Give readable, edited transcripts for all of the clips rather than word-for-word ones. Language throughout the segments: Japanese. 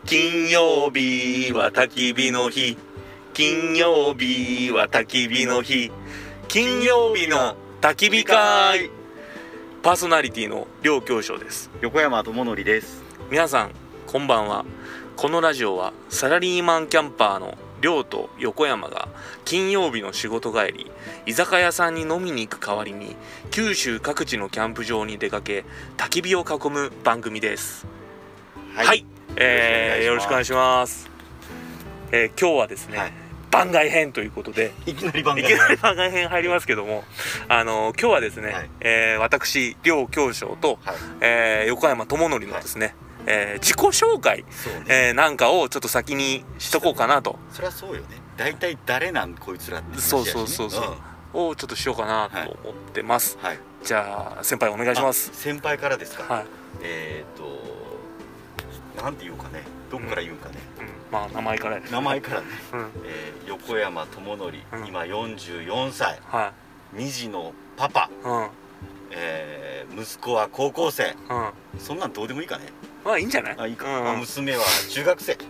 金曜日は焚き火の日、金曜日は焚き火の日、金曜日の焚き火会。パーソナリティの両教授です。 横山智則です。 皆さんこんばんは。このラジオはサラリーマンキャンパーの亮と横山が金曜日の仕事帰り、居酒屋さんに飲みに行く代わりに九州各地のキャンプ場に出かけ焚き火を囲む番組です。はい、よろしくお願いします。今日はですね、番外編ということでいきなり番外編入りますけども、今日はですね、私両教授と、横山智則のですね、自己紹介、なんかをちょっと先にしとこうかなと。 そりゃそうよね。大体誰なんこいつらって話やしね。 をちょっとしようかなと思ってます。じゃあ先輩お願いします。 先輩からですか。なんて言うかね、どこから言うかね。 まあ名前からね。 横山智則、今44歳、2児のパパ、息子は高校生。そんなんどうでもいいかね。 まあいいんじゃない。 いいか。娘は中学生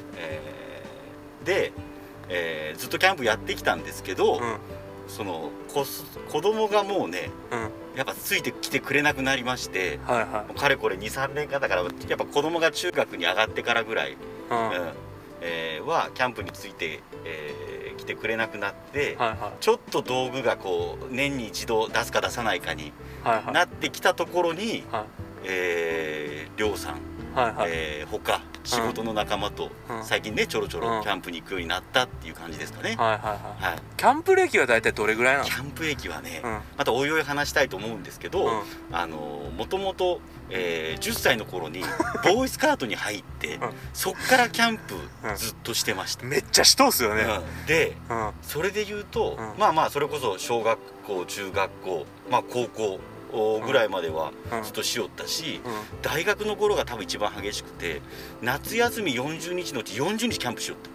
で、ずっとキャンプやってきたんですけど、その子供がもうね、やっぱついてきてくれなくなりまして、かれこれ 2,3 年間だから、やっぱ子供が中学に上がってからぐらいはキャンプについて来てくれなくなって、ちょっと道具がこう年に一度出すか出さないかになってきたところに、亮さん他仕事の仲間と最近ねちょろちょろキャンプに行くようになったっていう感じですかね。 キャンプ歴は大体どれぐらいなの？ キャンプ歴はね、またおいおい話したいと思うんですけど、もともと10歳の頃にボーイスカートに入ってそっからキャンプずっとしてました。 めっちゃしとうすよね。 でそれで言うとまあそれこそ小学校中学校高校ぐらいまではずっとしよったし、大学の頃が多分一番激しくて、夏休み40日のうち40日キャンプしよった。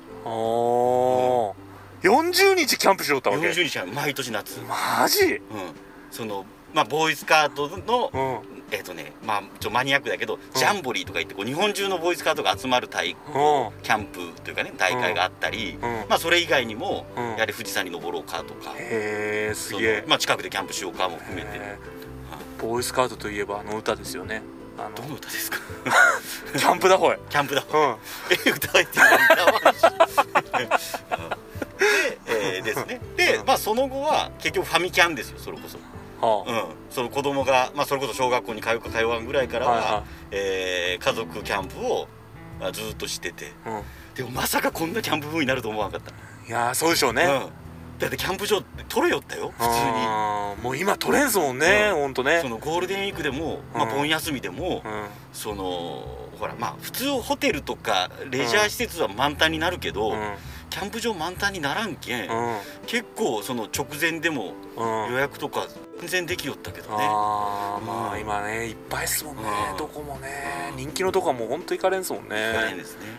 40日キャンプしよったわけ。 40日毎年夏。 マジ？ そのボーイスカートのマニアックだけどジャンボリーとか言って日本中のボーイスカートが集まるキャンプというかね大会があったり、それ以外にもやはり富士山に登ろうかとか、 すげえ、 近くでキャンプしようかも含めて。 ボーイスカートといえばあの歌ですよね。 どの歌ですか？ キャンプだほい。 キャンプだほい。歌えって言われたでですね。でその後は結局ファミキャンですよ。それこそ。その子供がそれこそ小学校に通うか通わんぐらいからは家族キャンプをずっとしてて、でもまさかこんなキャンプ部になると思わなかった。 いやそうでしょうね。 だってキャンプ場取れよったよ普通に。 もう今取れんすもんね、ほんとね。 そのゴールデンウィークでも盆休みでもそのほら普通ホテルとかレジャー施設は満タンになるけど、キャンプ場満タンにならんけん、結構その直前でも予約とか全然できよったけどね。 今ねいっぱいっすもんね。どこもね人気のとこはもうほんと行かれんすもんね。 行かれんですね。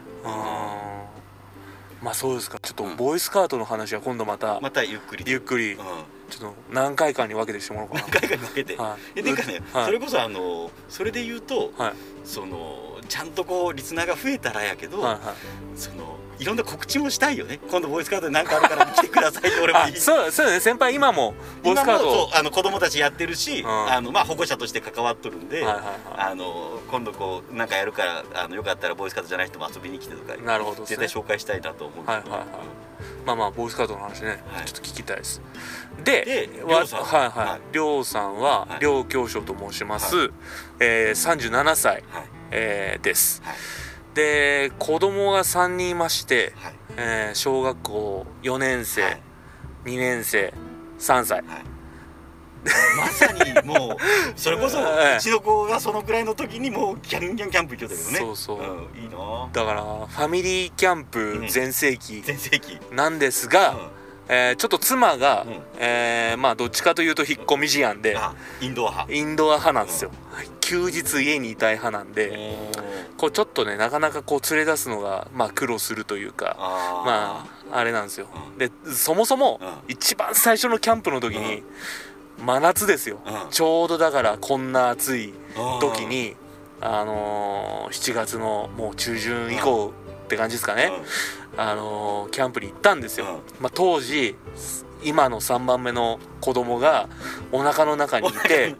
そうですか。ちょっとボーイスカートの話は今度またゆっくりちょっと何回かに分けてしてもらおうかな。 何回かに分けて。でかね、それこそそれで言うとそのちゃんとこうリスナーが増えたらやけど、そのいろんな告知もしたいよね。今度ボーイスカートで何かあるから来てくださいって俺も言い。 そうね。先輩今もボーイスカート子供たちやってるし、保護者として関わっとるんで、今度こうなんかやるからよかったらボーイスカートじゃない人も遊びに来てとか、絶対紹介したいなと思うんですけど。 ボーイスカートの話ねちょっと聞きたいです。で亮さんは亮教授と申します。37歳です。で子供が3人いまして、小学校4年生、2年生、3歳。 まさにもうそれこそうちの子がそのくらいの時にもうキャンプ行きよったけどね。いいな。だからファミリーキャンプ全盛期なんですが、ちょっと妻がどっちかというと引っ込み思案でインドア派なんですよ。休日家にいたい派なんで、こうちょっとねなかなかこう連れ出すのが苦労するというかあれなんですよ。でそもそも一番最初のキャンプの時に真夏ですよ。ちょうどだからこんな暑い時に7月のもう中旬以降って感じですかね、キャンプに行ったんですよ、当時今の3番目の子供がお腹の中にいて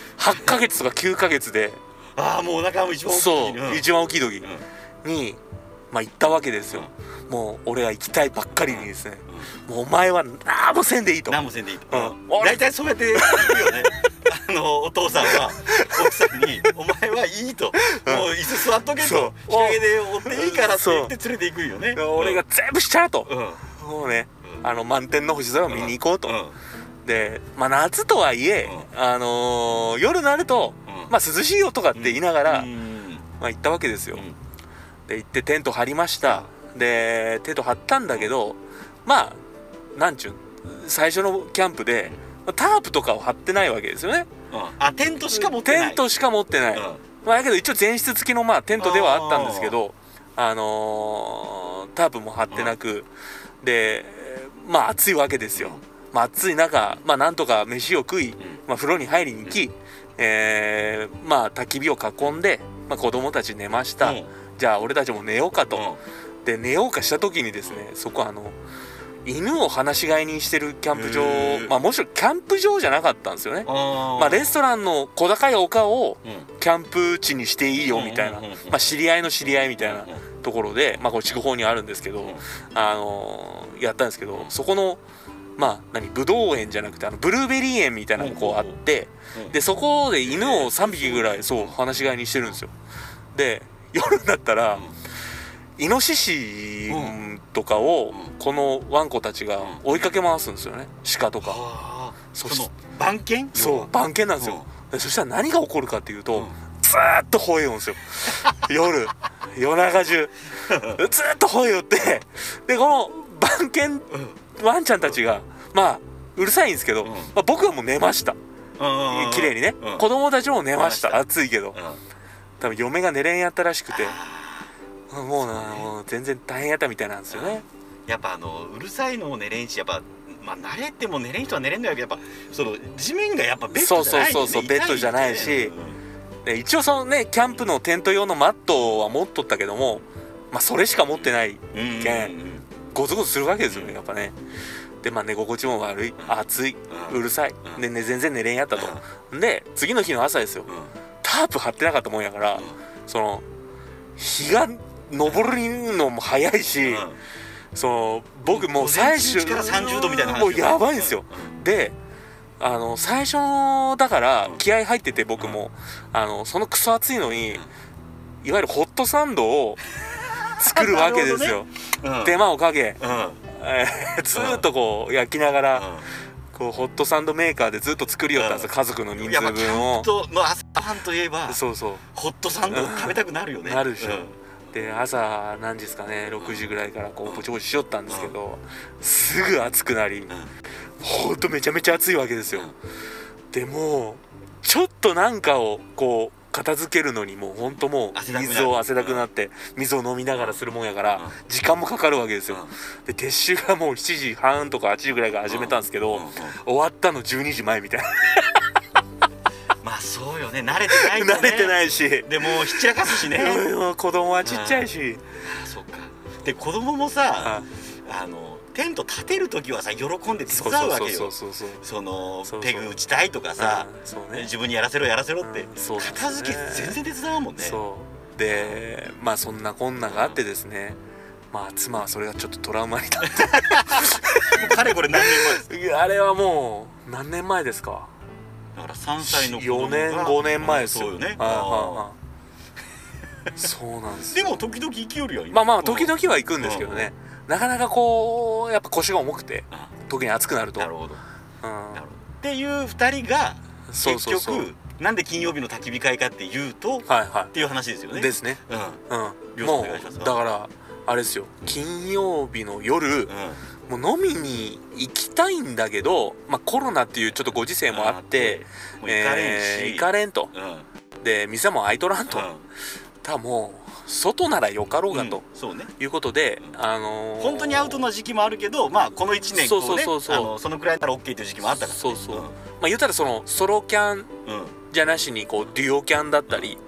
8ヶ月とか9ヶ月でもうお腹も一番大きい、 そう一番大きい時に、行ったわけですよ、もう俺は行きたいばっかりにですね、もうお前は何もせんでいいと、 何もせんでいいと、大体そうやって言うよねお父さんは奥さんに「お前はいい」と「もう椅子座っとけ」と「日陰で追っていいから」って言って連れていくよね。 俺が全部しちゃうと、もうね満天の星空を見に行こうと。で夏とはいえ夜になると涼しいよとかって言いながら行ったわけですよ。で行ってテント張りました。でテント張ったんだけどなんちゅう最初のキャンプでタープとかを張ってないわけですよね。 テントしか持ってない。 テントしか持ってない。だけど一応前室付きのテントではあったんですけど、タープも張ってなく、で暑いわけですよ。暑い中なんとか飯を食い、風呂に入りに行き、焚き火を囲んで、子供たち寝ました。じゃあ俺たちも寝ようかと。で寝ようかした時にですね、そこ犬を放し飼いにしてるキャンプ場、もちろんキャンプ場じゃなかったんですよね。レストランの小高い丘をキャンプ地にしていいよみたいな、知り合いの知り合いみたいなところで、これ筑豊にあるんですけど、やったんですけど、そこのブドウ園じゃなくてブルーベリー園みたいなのがあって、でそこで犬を3匹ぐらい放し飼いにしてるんですよ。で夜になったらイノシシとかをこのワンコたちが追いかけ回すんですよね。鹿とか。 その番犬？ そう番犬なんですよ。そしたら何が起こるかっていうと、ずーっと吠えようんですよ。夜中中ずーっと吠えよって、でこの番犬ワンちゃんたちがうるさいんですけど、僕はもう寝ました。綺麗にね。子供たちも寝ました。暑いけど多分嫁が寝れんやったらしくて、もう全然大変やったみたいなんですよね。 やっぱうるさいのも寝れんし、やっぱ慣れても寝れん人は寝れんだけど、やっぱその地面がやっぱベッドじゃない、 そうベッドじゃないし、で一応そのねキャンプのテント用のマットは持っとったけども、それしか持ってないけんゴツゴツするわけですよね、やっぱね。で寝心地も悪い、暑い、うるさい、で全然寝れんやったと。で次の日の朝ですよ。タープ張ってなかったもんやから、その日が昇るのも早いし、僕もう最初から30度みたいな話、 もうやばいんですよ。で最初だから気合入ってて、僕もそのクソ暑いのにいわゆるホットサンドを作るわけですよ。手間をかけ、ずっとこう焼きながら、ホットサンドメーカーでずっと作りよったんですよ、家族の人数分を。 キャンプの朝ごはんといえばホットサンドを食べたくなるよね。 なるでしょ。で朝何時ですかね、6時ぐらいからぼちぼちしよったんですけど、すぐ暑くなり、ほんとめちゃめちゃ暑いわけですよ。でもちょっとなんかを片付けるのにもうほんともう汗だくなって水を飲みながらするもんやから時間もかかるわけですよ。で撤収がもう7時半とか8時ぐらいから始めたんですけど、終わったの12時前みたいな。 そうよね、慣れてないとね。 慣れてないし、 でもうひっちらかすしね。 子供はちっちゃいし。 そうか。で子供もさ、テント立てる時はさ喜んで手伝うわけよ。そのペグ打ちたいとかさ、自分にやらせろって片付け全然手伝うもんね。 そうでそんなこんながあってですね、妻はそれがちょっとトラウマになってかれこれ何年前ですか？ あれはもう何年前ですか？ だから3歳の子供が 4年5年前ですよ。 そうよね。 そうなんです。 でも時々行きよるよ。 時々は行くんですけどね、なかなかやっぱ腰が重くて、時に暑くなると。 なるほど。っていう2人が結局なんで金曜日の焚き火会かっていうとっていう話ですよね。 ですね。もうだからあれですよ、金曜日の夜もう飲みに行きたいんだけど、コロナっていうちょっとご時世もあって行かれんと。で店も開いとらんと。ただもう外ならよかろうがということで、 本当にアウトの時期もあるけど、この1年そのくらいなら OK という時期もあったからね。 言ったらそのソロキャンじゃなしにデュオキャンだったり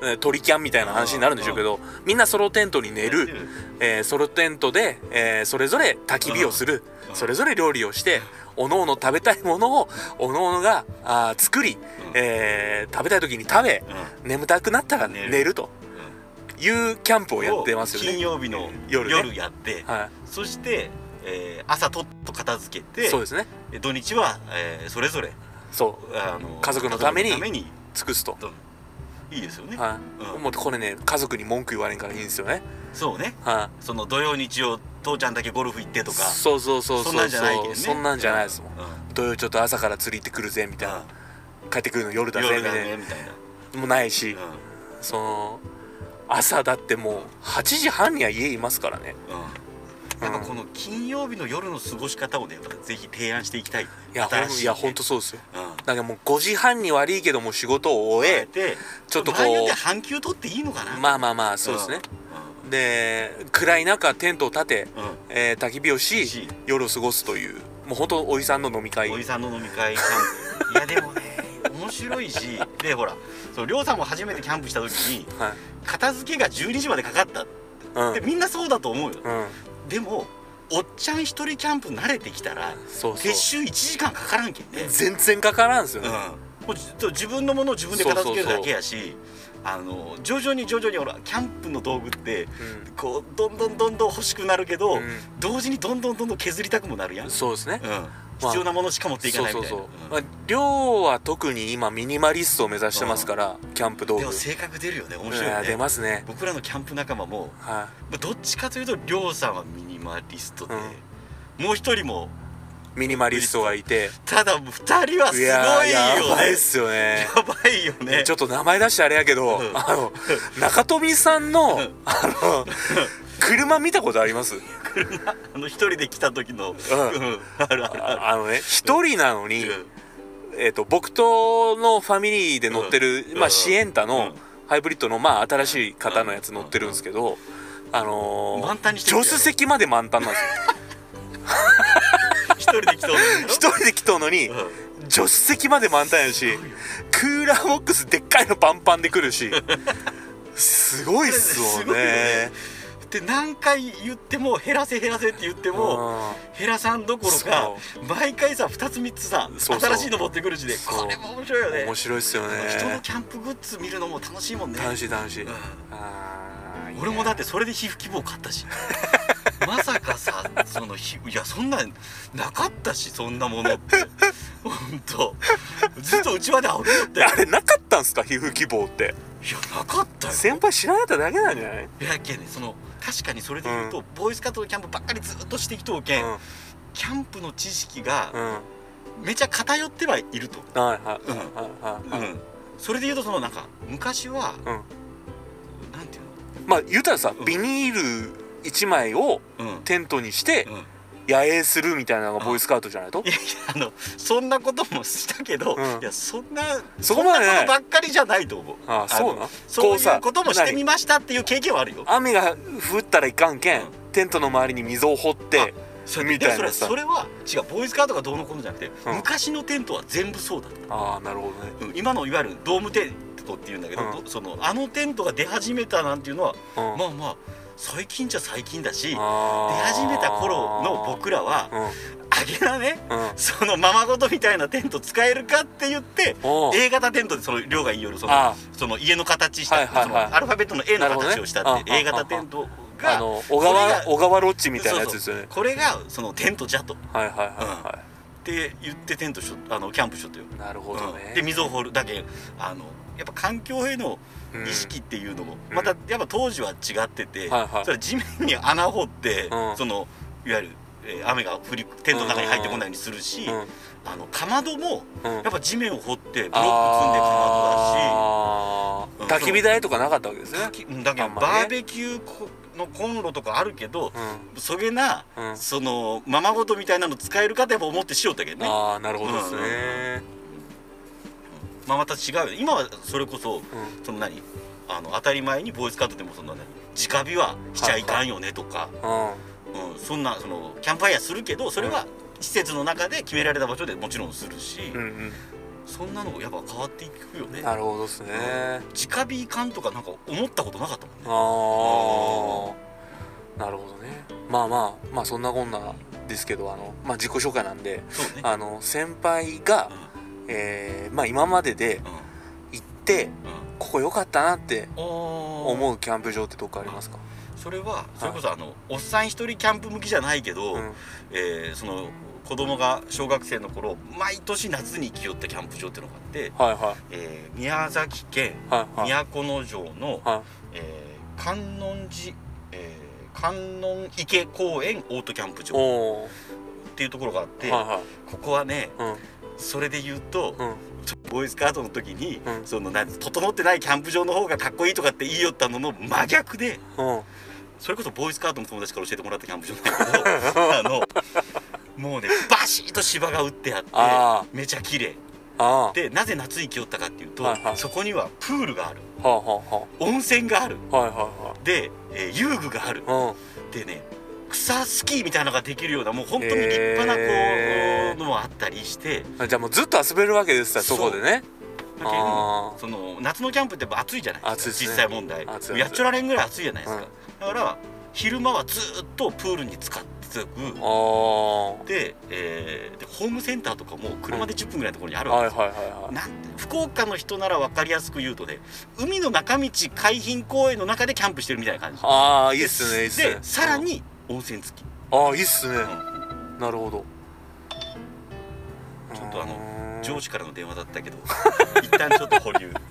トリキャンみたいな話になるんでしょうけど、みんなソロテントに寝る、ソロテントで、それぞれ焚き火をする、それぞれ料理をして、おのおの食べたいものをおのおのが作り、食べたい時に食べ、眠たくなったら寝るというキャンプをやってますよね。 金曜日の夜やって、そして朝とっと片付けて、 そうですね、 土日はそれぞれ家族のために尽くすと。 いいですよね。 もうこれね、家族に文句言われんからいいんですよね。 そうね。その土曜日曜父ちゃんだけゴルフ行ってとか、 そうそんなんじゃないけどね。そんなんじゃないですもん。土曜ちょっと朝から釣り行ってくるぜみたいな、帰ってくるの夜だぜみたいなもないし、その朝だってもう8時半には家いますからね。 やっぱこの金曜日の夜の過ごし方をね、ぜひ提案していきたい。 いや本当そうですよ。だからもう5時半に悪いけども仕事を終えて、ちょっとこう半休取っていいのかな。 まあそうですね。で暗い中テントを立て、焚き火をし夜を過ごすという、もう本当おじさんの飲み会。 おじさんの飲み会キャンプ。いやでもね面白いし、でほら、りょうさんも初めてキャンプした時に片付けが12時までかかった。でみんなそうだと思うよ。でもおっちゃん一人キャンプ慣れてきたら撤収1時間かからんけんね。 全然かからんすよね。 もう自分のものを自分で片付けるだけやし、徐々にほらキャンプの道具ってこうどんどん欲しくなるけど、同時にどんどん削りたくもなるやん。 そうですね。 必要なものしか持っていかないみたいな。 量は特に今ミニマリストを目指してますから、キャンプ道具。 でも性格出るよね。面白いよね。 出ますね。 僕らのキャンプ仲間もどっちかというとりょうさんはミニマリストで、もう一人もミニマリストがいて、 ただ2人はすごいよ。 やばいっすよね。 やばいよね。 ちょっと名前出してあれやけど、中富さんの車見たことあります？ 車、一人で来た時の、 一人なのに、僕とのファミリーで乗ってるシエンタのハイブリッドの新しい型のやつ乗ってるんですけど、助手席まで満タンなんですよ。 一人で来とうのに助手席まで満タンやし、クーラーボックスでっかいのパンパンで来るし、すごいっすもんね。 で何回言っても減らせって言っても減らさんどころか、毎回さ2つ3つさ新しいの持ってくるしで、これも面白いよね。 面白いっすよね。 人のキャンプグッズ見るのも楽しいもんね。 楽しい。 俺もだってそれで皮膚希望買ったし。まさかさ、いやそんななかったし、そんなものって本当ずっとうちまであるよって。 あれなかったんすか、皮膚希望って。 いやなかったよ。 先輩知らなかっただけなんじゃない？ いやけね、確かにそれで言うと、ボーイスカウトのキャンプばっかりずっとしてきとうけん、キャンプの知識がめちゃ偏ってはいると。それで言うとなんか昔はなんていうの、 言うたらさ、ビニール1枚をテントにして野営するみたいなのがボーイスカウトじゃないと。 いやそんなこともしたけど、いやそんなそこまでことばっかりじゃないと思う。そういうこともしてみましたっていう経験はあるよ。 雨が降ったらいかんけん、テントの周りに溝を掘ってみたいなさ。 それは違う、ボーイスカウトがどうのこうのじゃなくて、昔のテントは全部そうだと。 なるほどね。 今のいわゆるドームテントっていうんだけど、テントが出始めたなんていうのは最近じゃ最近だし、出始めた頃の僕らはあげなね、そのままごとみたいなテント使えるかって言って A 型テントで量がいいよるその家の形したアルファベットの A の形をしたって A 型テントが小川ロッジみたいなやつですよね。 これがそのテントじゃとって言ってキャンプしとったよ。 なるほどね。 で溝を掘るだけやっぱ環境への意識っていうのもまたやっぱ当時は違ってて、それ地面に穴を掘っていわゆる雨が降りテントの中に入ってこないようにするし、かまどもやっぱ地面を掘ってブロック積んでかまどだし、 焚き火台とかなかったわけですね。 だけどバーベキューのコンロとかあるけど、そげなままごとみたいなの使えるかってやっぱ思ってしよったけどね。 なるほどですね。 また違うよ。今はそれこそ当たり前にボーイスカウトでも直火はしちゃいかんよねとか、そんなキャンプファイヤーするけど、それは施設の中で決められた場所でもちろんするし、 そんなのやっぱ変わっていくよね。 なるほどですね。 直火缶とかなんか思ったことなかったもんね。 なるほどね。まあそんなこんなですけど、自己紹介なんで、ね、先輩が、今までで行って、ここ良かったなって思うキャンプ場ってどこかありますか？ それはそれこそおっさん一人キャンプ向きじゃないけど、その子供が小学生の頃毎年夏に行きよったキャンプ場っていうのがあって、宮崎県都城の、観音池公園オートキャンプ場っていうところがあって、ここはね、それで言うと、ボーイスカートの時に、その整ってないキャンプ場の方がかっこいいとかって言いよったのの真逆で、それこそボーイスカートの友達から教えてもらったキャンプ場なんだけどもうねバシッと芝が打ってあってめちゃ綺麗で、なぜ夏行きよったかっていうと、そこにはプールがある、温泉がある、で、遊具がある、でね草スキーみたいなのができるようなもう本当に立派なこうのもあったりして、 じゃあもうずっと遊べるわけですから、そこでね。 その夏のキャンプって暑いじゃないですか、実際問題やっちゃられんぐらい暑いじゃないですか。だから昼間はずっとプールに使ってくで、ホームセンターとかも車で10分ぐらいのところにあるわけですよ。福岡の人なら分かりやすく言うとね、海の中道海浜公園の中でキャンプしてるみたいな感じ。 いいっすね、いいっすね。 でさらに温泉付き。 いいっすね。なるほど。 ちょっと上司からの電話だったけど一旦ちょっと保留。一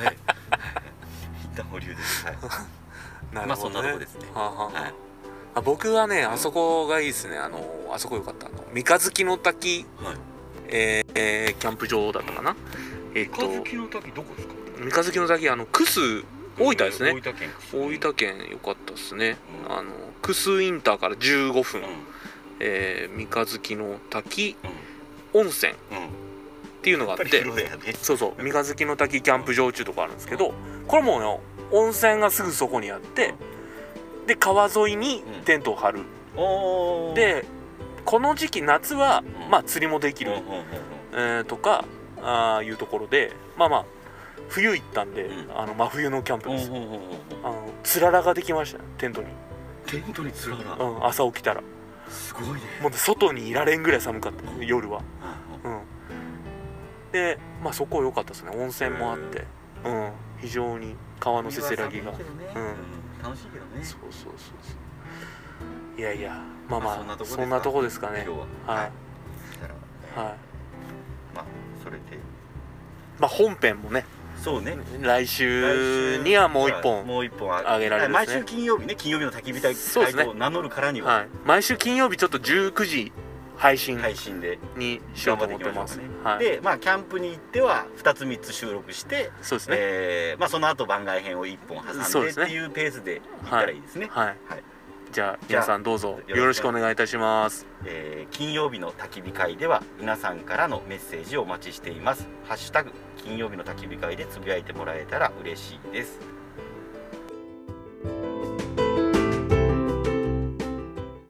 旦保留です。まあそんなとこですね。 僕はね、あそこがいいですね。あそこよかった。三日月の滝、キャンプ場だったかな。 三日月の滝どこですか？ 三日月の滝、楠大分ですね。大分県よかったですね。楠インターから15分、三日月の滝温泉っていうのがあって、そうそう三日月の滝キャンプ場っていうとこあるんですけど、これもね温泉がすぐそこにあって、で川沿いにテントを張る、でこの時期夏は釣りもできる、とかいうところで、冬行ったんで、真冬のキャンプです。つららができましたね、テントに。 テントにつらら、 朝起きたらすごいね。 もう外にいられんぐらい寒かった、夜は。でそこ良かったですね。温泉もあって、非常に川のせせらぎが、 楽しいけどね。そう。 いやそんなとこですかね。 それで本編もね、 そうね、 来週にはもう一本あげられるんですね。 毎週金曜日ね、金曜日の焚き火会と名乗るからには、 毎週金曜日ちょっと19時配信でにしようと思ってます。 でキャンプに行っては2つ3つ収録して、 そうですね。 その後番外編を1本挟んでっていうペースでいったらいいですね。 じゃあ皆さんどうぞよろしくお願いいたします。 金曜日の焚き火会では皆さんからのメッセージをお待ちしています。ハッシュタグ金曜日の焚き火会でつぶやいてもらえたら嬉しいです。